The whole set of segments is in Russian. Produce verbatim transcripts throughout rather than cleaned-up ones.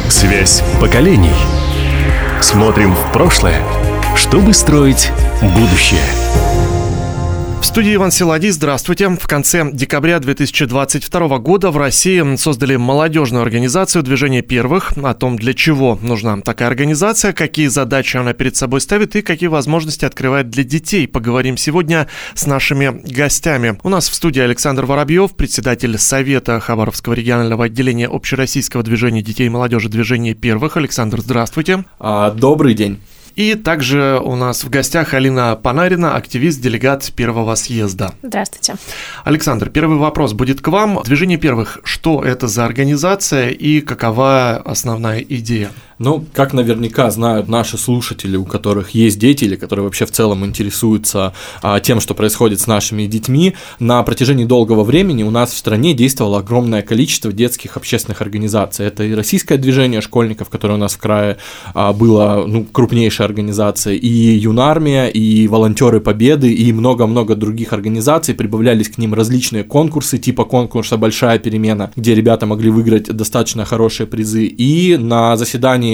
Связь поколений. Смотрим в прошлое, чтобы строить будущее. В студии Иван Силадий. Здравствуйте. В конце декабря две тысячи двадцать второго года в России создали молодежную организацию «Движение первых». О том, для чего нужна такая организация, какие задачи она перед собой ставит и какие возможности открывает для детей, поговорим сегодня с нашими гостями. У нас в студии Александр Воробьев, председатель Совета Хабаровского регионального отделения общероссийского движения детей и молодежи «Движение первых». Александр, здравствуйте. А, добрый день. И также у нас в гостях Алина Панарина, активист, делегат первого съезда. Здравствуйте. Александр, первый вопрос будет к вам. Движение первых, что это за организация и какова основная идея? Ну, как наверняка знают наши слушатели, у которых есть дети или которые вообще в целом интересуются а, тем, что происходит с нашими детьми, на протяжении долгого времени у нас в стране действовало огромное количество детских общественных организаций. Это и российское движение школьников, которое у нас в крае а, было ну, крупнейшей организацией, и Юнармия, и Волонтеры Победы, и много-много других организаций. Прибавлялись к ним различные конкурсы, типа конкурса «Большая перемена», где ребята могли выиграть достаточно хорошие призы. И на заседании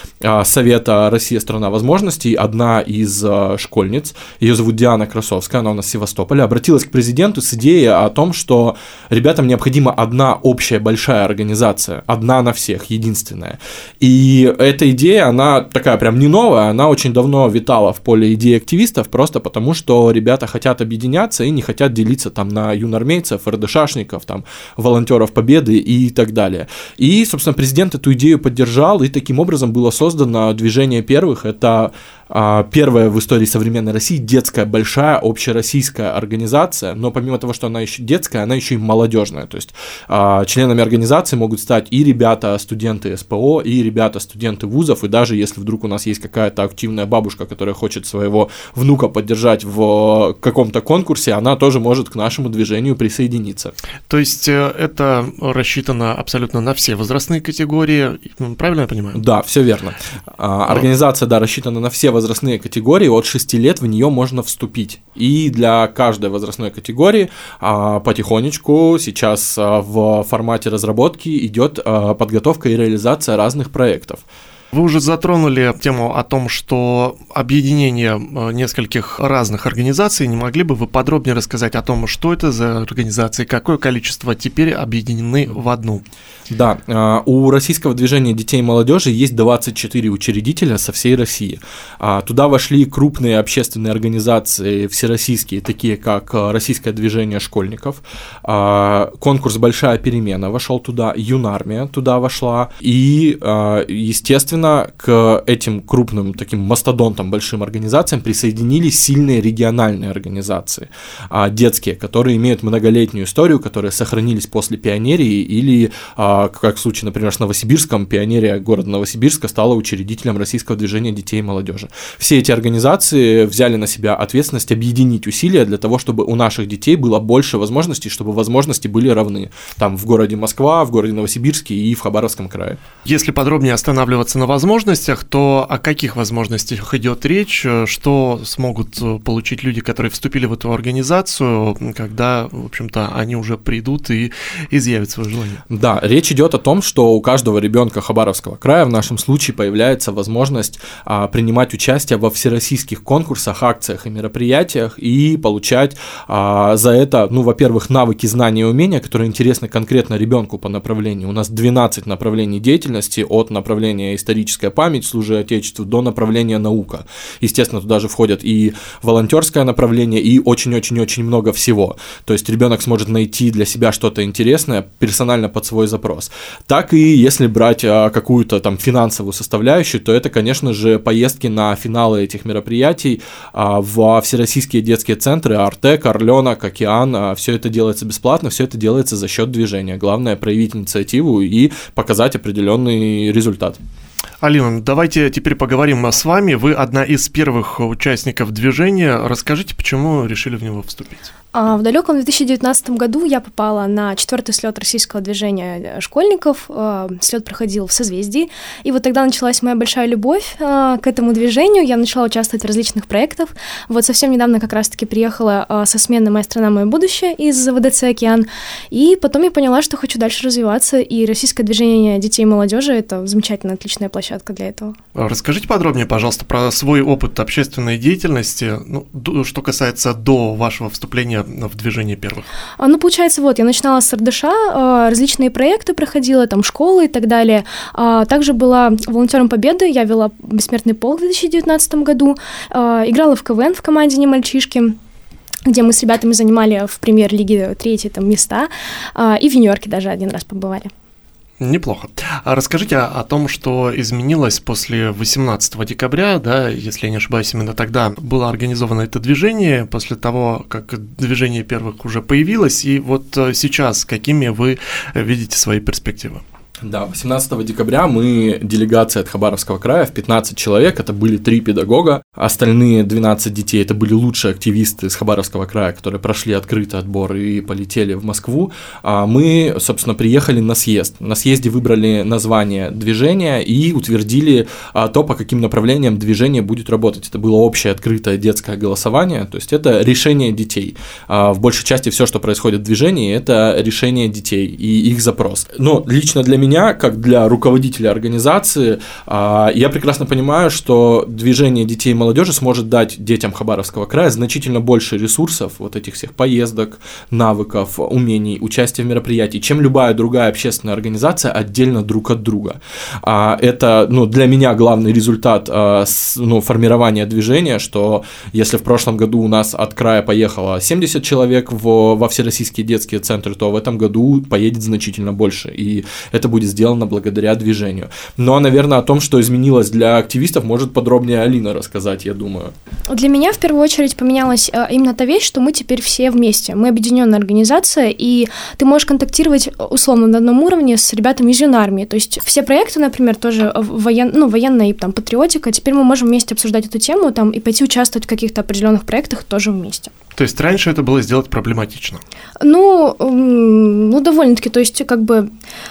Совета «Россия. Страна возможностей» одна из школьниц, ее зовут Диана Красовская, она у нас в Севастополе, обратилась к президенту с идеей о том, что ребятам необходима одна общая большая организация, одна на всех, единственная. И эта идея, она такая прям не новая, она очень давно витала в поле идей активистов, просто потому что ребята хотят объединяться и не хотят делиться там на юнармейцев, РДШшников, там, волонтеров Победы и так далее. И, собственно, президент эту идею поддержал, и таким образом было создано «Движение первых». Это а, первая в истории современной России детская большая общероссийская организация, но помимо того, что она еще детская, она еще и молодежная. То есть а, членами организации могут стать и ребята, студенты СПО, и ребята, студенты вузов, и даже если вдруг у нас есть какая-то активная бабушка, которая хочет своего внука поддержать в каком-то конкурсе, она тоже может к нашему движению присоединиться. То есть это рассчитано абсолютно на все возрастные категории, правильно я понимаю? Да, все верно. А, организация, да, рассчитана на все возрастные категории, от шести лет в нее можно вступить. И для каждой возрастной категории а, потихонечку сейчас а, в формате разработки идет а, подготовка и реализация разных проектов. Вы уже затронули тему о том, что объединение нескольких разных организаций. Не могли бы вы подробнее рассказать о том, что это за организации, какое количество теперь объединены в одну? Да, у российского движения детей и молодежи есть двадцать четыре учредителя со всей России. Туда вошли крупные общественные организации всероссийские, такие как Российское движение школьников, конкурс «Большая перемена» вошел туда, Юнармия туда вошла, и, естественно, к этим крупным таким мастодонтам, большим организациям присоединились сильные региональные организации, детские, которые имеют многолетнюю историю, которые сохранились после пионерии или, как в случае, например, с Новосибирском, пионерия города Новосибирска стала учредителем Российского движения детей и молодежи. Все эти организации взяли на себя ответственность объединить усилия для того, чтобы у наших детей было больше возможностей, чтобы возможности были равны. Там в городе Москва, в городе Новосибирске и в Хабаровском крае. Если подробнее останавливаться на возможностях, то о каких возможностях идет речь, что смогут получить люди, которые вступили в эту организацию, когда, в общем-то, они уже придут и изъявят свое желание? Да, речь идет о том, что у каждого ребенка Хабаровского края в нашем случае появляется возможность а, принимать участие во всероссийских конкурсах, акциях и мероприятиях и получать а, за это, ну, во-первых, навыки, знания и умения, которые интересны конкретно ребенку по направлению. У нас двенадцать направлений деятельности, от направления исторической память, служи Отечеству, до направления наука. Естественно, туда же входят и волонтерское направление, и очень-очень-очень много всего. То есть ребенок сможет найти для себя что-то интересное персонально под свой запрос. Так и если брать а, какую-то там финансовую составляющую, то это, конечно же, поездки на финалы этих мероприятий а, во всероссийские детские центры, Артек, Орленок, Океан. А, все это делается бесплатно, все это делается за счет движения. Главное проявить инициативу и показать определенный результат. Алина, давайте теперь поговорим с вами. Вы одна из первых участников движения. Расскажите, почему решили в него вступить? В далеком две тысячи девятнадцатом году я попала на четвертый слет российского движения школьников. Слет проходил в Созвездии. И вот тогда началась моя большая любовь к этому движению. Я начала участвовать в различных проектах. Вот совсем недавно как раз-таки приехала со смены «Моя страна, мое будущее» из ВДЦ «Океан». И потом я поняла, что хочу дальше развиваться. И российское движение детей и молодежи — это замечательная, отличная площадка для этого. Расскажите подробнее, пожалуйста, про свой опыт общественной деятельности, ну, что касается до вашего вступления в движение первых. Ну, получается, вот, я начинала с эр дэ ша, различные проекты проходила, там, школы и так далее. Также была волонтером Победы, я вела «Бессмертный полк» в две тысячи девятнадцатом году, играла в ка вэ эн в команде «Не мальчишки», где мы с ребятами занимали в премьер-лиге третьи там места, и в Нью-Йорке даже один раз побывали. Неплохо. А расскажите о, о том, что изменилось после восемнадцатого декабря, да, если я не ошибаюсь, именно тогда было организовано это движение, после того, как движение первых уже появилось, и вот сейчас какими вы видите свои перспективы? Да, восемнадцатого декабря мы, делегация от Хабаровского края, в пятнадцать человек, это были три педагога, остальные двенадцать детей, это были лучшие активисты из Хабаровского края, которые прошли открытый отбор и полетели в Москву. Мы, собственно, приехали на съезд. На съезде выбрали название движения и утвердили то, по каким направлениям движение будет работать. Это было общее открытое детское голосование, то есть это решение детей. В большей части все, что происходит в движении, это решение детей и их запрос. Но лично для меня Меня, как для руководителя организации, я прекрасно понимаю, что движение детей и молодежи сможет дать детям Хабаровского края значительно больше ресурсов, вот этих всех поездок, навыков, умений, участия в мероприятии, чем любая другая общественная организация отдельно друг от друга. Это, ну, для меня главный результат, ну, формирования движения, что если в прошлом году у нас от края поехало семьдесят человек в, во всероссийские детские центры, то в этом году поедет значительно больше, и это будет сделано благодаря движению. Но, наверное, о том, что изменилось для активистов, может подробнее Алина рассказать, я думаю. Для меня в первую очередь поменялась именно та вещь, что мы теперь все вместе. Мы объединенная организация, и ты можешь контактировать условно на одном уровне с ребятами из юнармии. То есть все проекты, например, тоже воен... ну, военная и там, патриотика, теперь мы можем вместе обсуждать эту тему там, и пойти участвовать в каких-то определенных проектах тоже вместе. То есть раньше это было сделать проблематично? Ну, ну довольно-таки, то есть как бы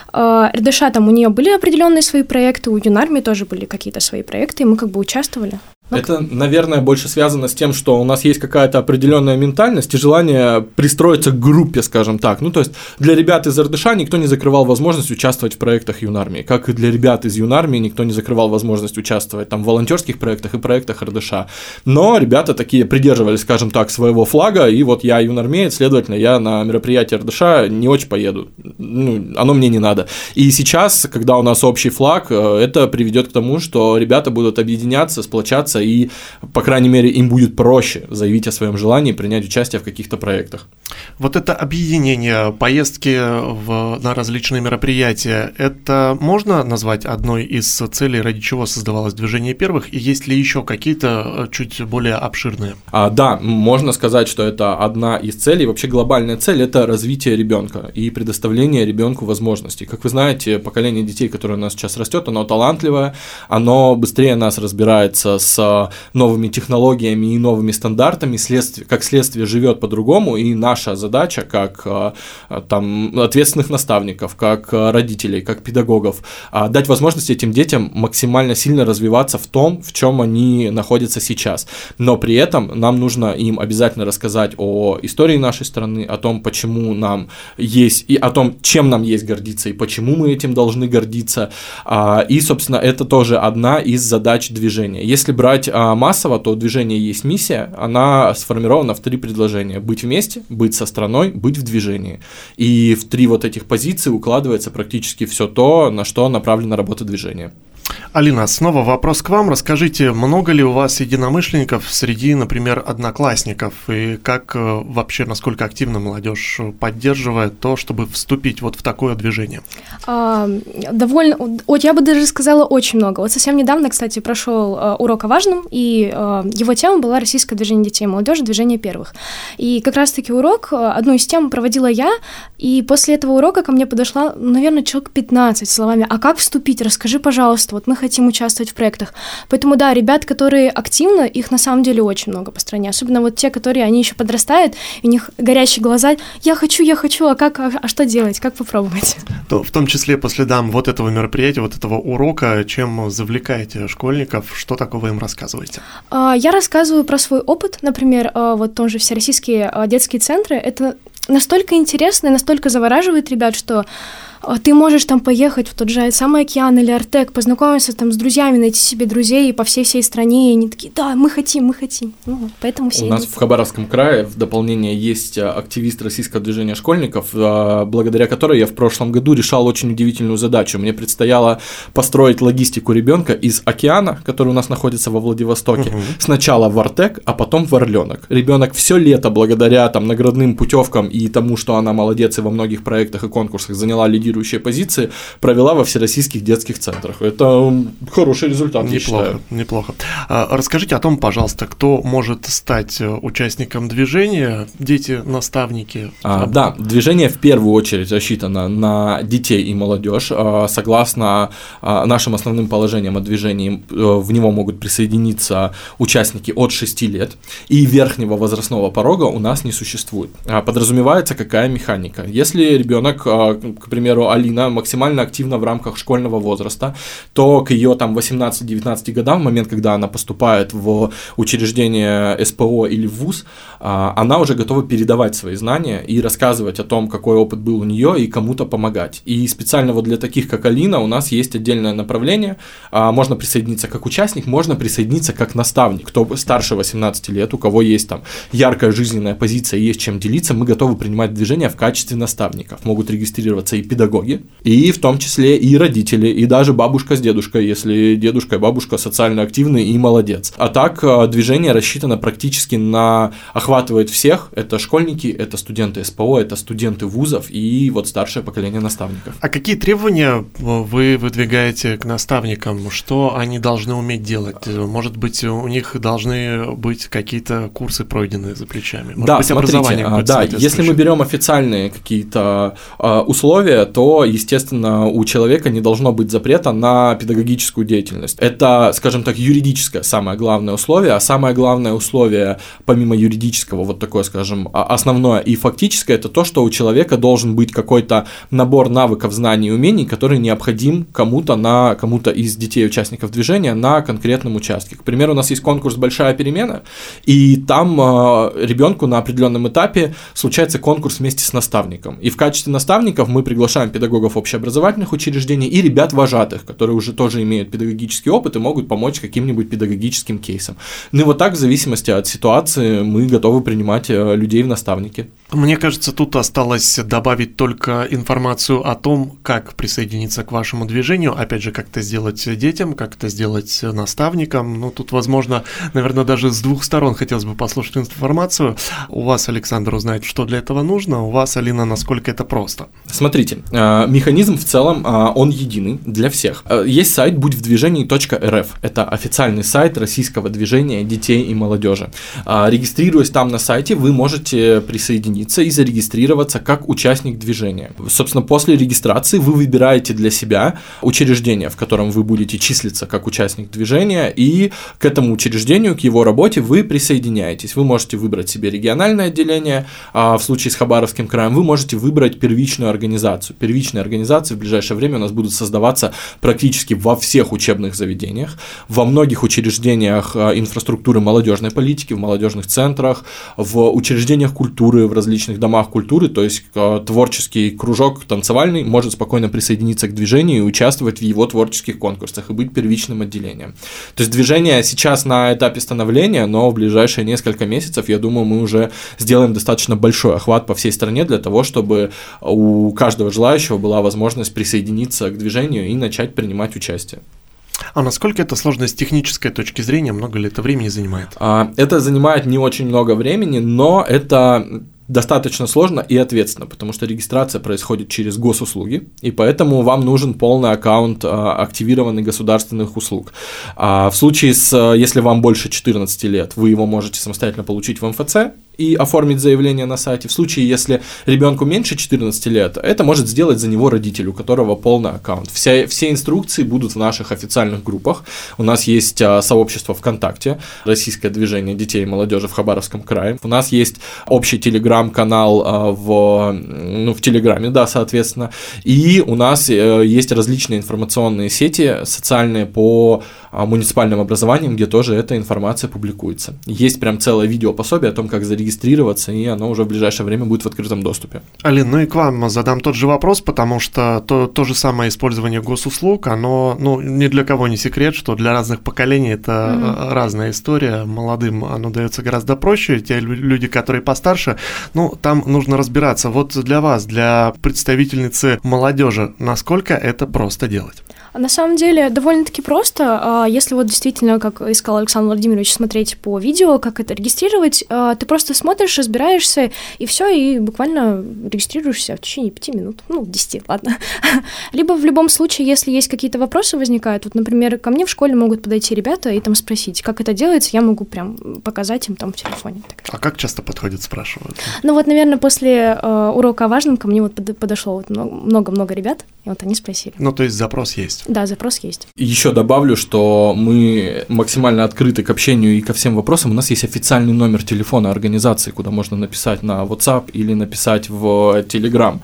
эр дэ ша там у нее были определенные свои проекты, у юнармии тоже были какие-то свои проекты, и мы как бы участвовали. Это, наверное, больше связано с тем, что у нас есть какая-то определенная ментальность и желание пристроиться к группе, скажем так. Ну, то есть для ребят из эр дэ ша никто не закрывал возможность участвовать в проектах юнармии, как и для ребят из юнармии никто не закрывал возможность участвовать там в волонтерских проектах и проектах эр дэ ша. Но ребята такие придерживались, скажем так, своего флага, и вот я юнармеец, следовательно, я на мероприятие эр дэ ша не очень поеду. Ну, оно мне не надо. И сейчас, когда у нас общий флаг, это приведет к тому, что ребята будут объединяться, сплочаться, и, по крайней мере, им будет проще заявить о своем желании принять участие в каких-то проектах. Вот это объединение, поездки в, на различные мероприятия, это можно назвать одной из целей, ради чего создавалось движение первых, и есть ли еще какие-то чуть более обширные? А, да, можно сказать, что это одна из целей. Вообще глобальная цель – это развитие ребенка и предоставление ребенку возможностей. Как вы знаете, поколение детей, которое у нас сейчас растет, оно талантливое, оно быстрее нас разбирается с новыми технологиями и новыми стандартами, следствие, как следствие живет по-другому, и наша задача как там, ответственных наставников, как родителей, как педагогов, дать возможность этим детям максимально сильно развиваться в том, в чем они находятся сейчас. Но при этом нам нужно им обязательно рассказать о истории нашей страны, о том, почему нам есть, и о том, чем нам есть гордиться, и почему мы этим должны гордиться. И, собственно, это тоже одна из задач движения. Если брать массово, то у движения есть миссия, она сформирована в три предложения: быть вместе, быть со страной, быть в движении. И в три вот этих позиции укладывается практически все то, на что направлена работа движения. Алина, снова вопрос к вам. Расскажите, много ли у вас единомышленников среди, например, одноклассников? И как вообще, насколько активно молодежь поддерживает то, чтобы вступить вот в такое движение? А, довольно, я бы даже сказала, очень много. Вот совсем недавно, кстати, прошел урок о важном, и его тема была «Российское движение детей и молодежи, движение первых». И как раз-таки урок, одну из тем проводила я, и после этого урока ко мне подошла, наверное, человек пятнадцать словами: «А как вступить? Расскажи, пожалуйста, вот мы хотим участвовать в проектах. Поэтому, да, ребят, которые активно, их на самом деле очень много по стране. Особенно вот те, которые, они еще подрастают, у них горящие глаза. Я хочу, я хочу, а как, а, а что делать, как попробовать? То, в том числе по следам вот этого мероприятия, вот этого урока, чем завлекаете школьников, что такого им рассказываете? Я рассказываю про свой опыт, например, вот в том же всероссийские детские центры. Это настолько интересно и настолько завораживает ребят, что ты можешь там поехать в тот же самый океан или Артек, познакомиться там с друзьями, найти себе друзей по всей-всей стране, и они такие, да, мы хотим, мы хотим. Ну, поэтому все У идут. нас в Хабаровском крае в дополнение есть активист Российского движения школьников, благодаря которой я в прошлом году решал очень удивительную задачу. Мне предстояло построить логистику ребенка из океана, который у нас находится во Владивостоке, угу. сначала в Артек, а потом в Орленок. Ребенок все лето благодаря там наградным путевкам и тому, что она молодец и во многих проектах и конкурсах заняла лидирующие позиции, провела во всероссийских детских центрах. Это хороший результат, неплохо, я считаю. Неплохо. А, расскажите о том, пожалуйста, кто может стать участником движения, дети, наставники? А, да, движение в первую очередь рассчитано на детей и молодежь. Согласно нашим основным положениям о движении, в него могут присоединиться участники от шести лет, и верхнего возрастного порога у нас не существует. Подразумевается какая механика. Если ребенок, к примеру, Алина максимально активна в рамках школьного возраста, то к ее там восемнадцати-девятнадцати годам, в момент, когда она поступает в учреждение эс пэ о или в вуз, она уже готова передавать свои знания и рассказывать о том, какой опыт был у нее, и кому-то помогать. И специально вот для таких, как Алина, у нас есть отдельное направление. Можно присоединиться как участник, можно присоединиться как наставник. Кто старше восемнадцати лет, у кого есть там яркая жизненная позиция и есть чем делиться, мы готовы принимать движение в качестве наставников. Могут регистрироваться и педагоги, и в том числе и родители, и даже бабушка с дедушкой, если дедушка и бабушка социально активны и молодец. А так движение рассчитано практически на, охватывает всех, это школьники, это студенты эс пэ о, это студенты вузов и вот старшее поколение наставников. А какие требования вы выдвигаете к наставникам, что они должны уметь делать? Может быть, у них должны быть какие-то курсы пройдены за плечами? Может да, быть, смотрите, да, если мы берем официальные какие-то uh, условия, то, естественно, у человека не должно быть запрета на педагогическую деятельность. Это, скажем так, юридическое самое главное условие, а самое главное условие, помимо юридического, вот такое, скажем, основное и фактическое, это то, что у человека должен быть какой-то набор навыков, знаний и умений, который необходим кому-то, на, кому-то из детей участников движения на конкретном участке. К примеру, у нас есть конкурс «Большая перемена», и там э, ребенку на определенном этапе случается конкурс вместе с наставником. И в качестве наставников мы приглашаем педагогов общеобразовательных учреждений и ребят-вожатых, которые уже тоже имеют педагогический опыт и могут помочь каким-нибудь педагогическим кейсам. Ну и вот так, в зависимости от ситуации, мы готовы принимать людей в наставники. Мне кажется, тут осталось добавить только информацию о том, как присоединиться к вашему движению, опять же, как это сделать детям, как это сделать наставникам. Ну, тут, возможно, наверное, даже с двух сторон хотелось бы послушать информацию. У вас, Александр, узнать, что для этого нужно, у вас, Алина, насколько это просто. Смотрите, механизм в целом, он единый для всех. Есть сайт будь в движении точка эр эф, это официальный сайт российского движения детей и молодежи. Регистрируясь там на сайте, вы можете присоединиться и зарегистрироваться как участник движения. Собственно, после регистрации вы выбираете для себя учреждение, в котором вы будете числиться как участник движения, и к этому учреждению, к его работе вы присоединяетесь. Вы можете выбрать себе региональное отделение, а в случае с Хабаровским краем вы можете выбрать первичную организацию. Первичные организации в ближайшее время у нас будут создаваться практически во всех учебных заведениях, во многих учреждениях инфраструктуры молодежной политики, в молодежных центрах, в учреждениях культуры, в различных домах культуры, то есть творческий кружок танцевальный может спокойно присоединиться к движению и участвовать в его творческих конкурсах и быть первичным отделением. То есть движение сейчас на этапе становления, но в ближайшие несколько месяцев, я думаю, мы уже сделаем достаточно большой охват по всей стране для того, чтобы у каждого желающего была возможность присоединиться к движению и начать принимать участие. А насколько это сложно с технической точки зрения? Много ли это времени занимает? Это занимает не очень много времени, но это достаточно сложно и ответственно, потому что регистрация происходит через госуслуги, и поэтому вам нужен полный аккаунт активированных государственных услуг. В случае с, если вам больше четырнадцати лет, вы его можете самостоятельно получить в эм эф цэ, и оформить заявление на сайте. В случае, если ребенку меньше четырнадцати лет, это может сделать за него родитель, у которого полный аккаунт. Вся, все инструкции будут в наших официальных группах. У нас есть а, сообщество ВКонтакте, Российское движение детей и молодежи в Хабаровском крае. У нас есть общий телеграм-канал а, в, ну, в Телеграме, да, соответственно. И у нас а, есть различные информационные сети социальные по а, муниципальным образованиям, где тоже эта информация публикуется. Есть прям целое видеопособие о том, как зарегистрироваться регистрироваться, и оно уже в ближайшее время будет в открытом доступе. Алин, ну и к вам задам тот же вопрос, потому что то, то же самое использование госуслуг, оно, ну, ни для кого не секрет, что для разных поколений это mm-hmm. разная история. Молодым оно дается гораздо проще, те люди, которые постарше, ну, там нужно разбираться. Вот для вас, для представительницы молодежи, насколько это просто делать? На самом деле довольно-таки просто. Если вот действительно, как искал Александр Владимирович, смотреть по видео, как это регистрировать, ты просто смотришь, разбираешься, и все, и буквально регистрируешься в течение пяти минут, ну, десяти, ладно. Либо в любом случае, если есть какие-то вопросы возникают, вот, например, ко мне в школе могут подойти ребята и там спросить, как это делается, я могу прям показать им там в телефоне. А как часто подходят, спрашивают? Ну вот, наверное, после э, урока о важном ко мне вот под, подошло вот много-много ребят, и вот они спросили. Ну, то есть запрос есть? Да, запрос есть. Еще добавлю, что мы максимально открыты к общению и ко всем вопросам. У нас есть официальный номер телефона организации, куда можно написать на WhatsApp или написать в Telegram.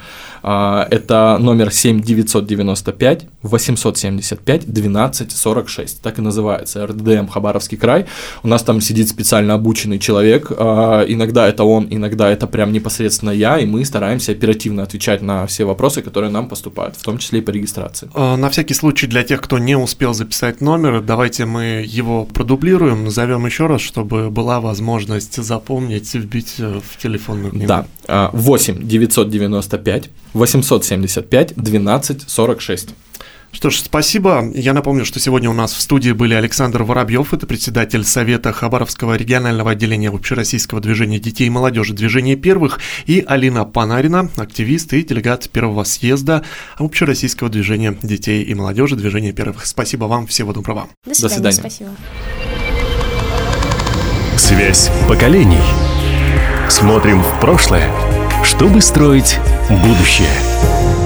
Это номер семь девятьсот девяносто пять восемьсот семьдесят пять двенадцать сорок шесть. Так и называется, эр дэ дэ эм Хабаровский край. У нас там сидит специально обученный человек. Иногда это он, иногда это прям непосредственно я, и мы стараемся оперативно отвечать на все вопросы, которые нам поступают, в том числе и по регистрации. На всякий случай, для тех, кто не успел записать номер, давайте мы его продублируем, назовем еще раз, чтобы была возможность запомнить, вбить в телефонную книгу. Да, восемь девятьсот девяносто пять восемьсот семьдесят пять двенадцать сорок шесть. Что ж, спасибо. Я напомню, что сегодня у нас в студии были Александр Воробьев, это председатель Совета Хабаровского регионального отделения Общероссийского движения детей и молодежи «Движение первых», и Алина Панарина, активист и делегат первого съезда Общероссийского движения детей и молодежи «Движение первых». Спасибо вам, всего доброго. До свидания. До свидания. Спасибо. Связь поколений. Смотрим в прошлое, чтобы строить будущее.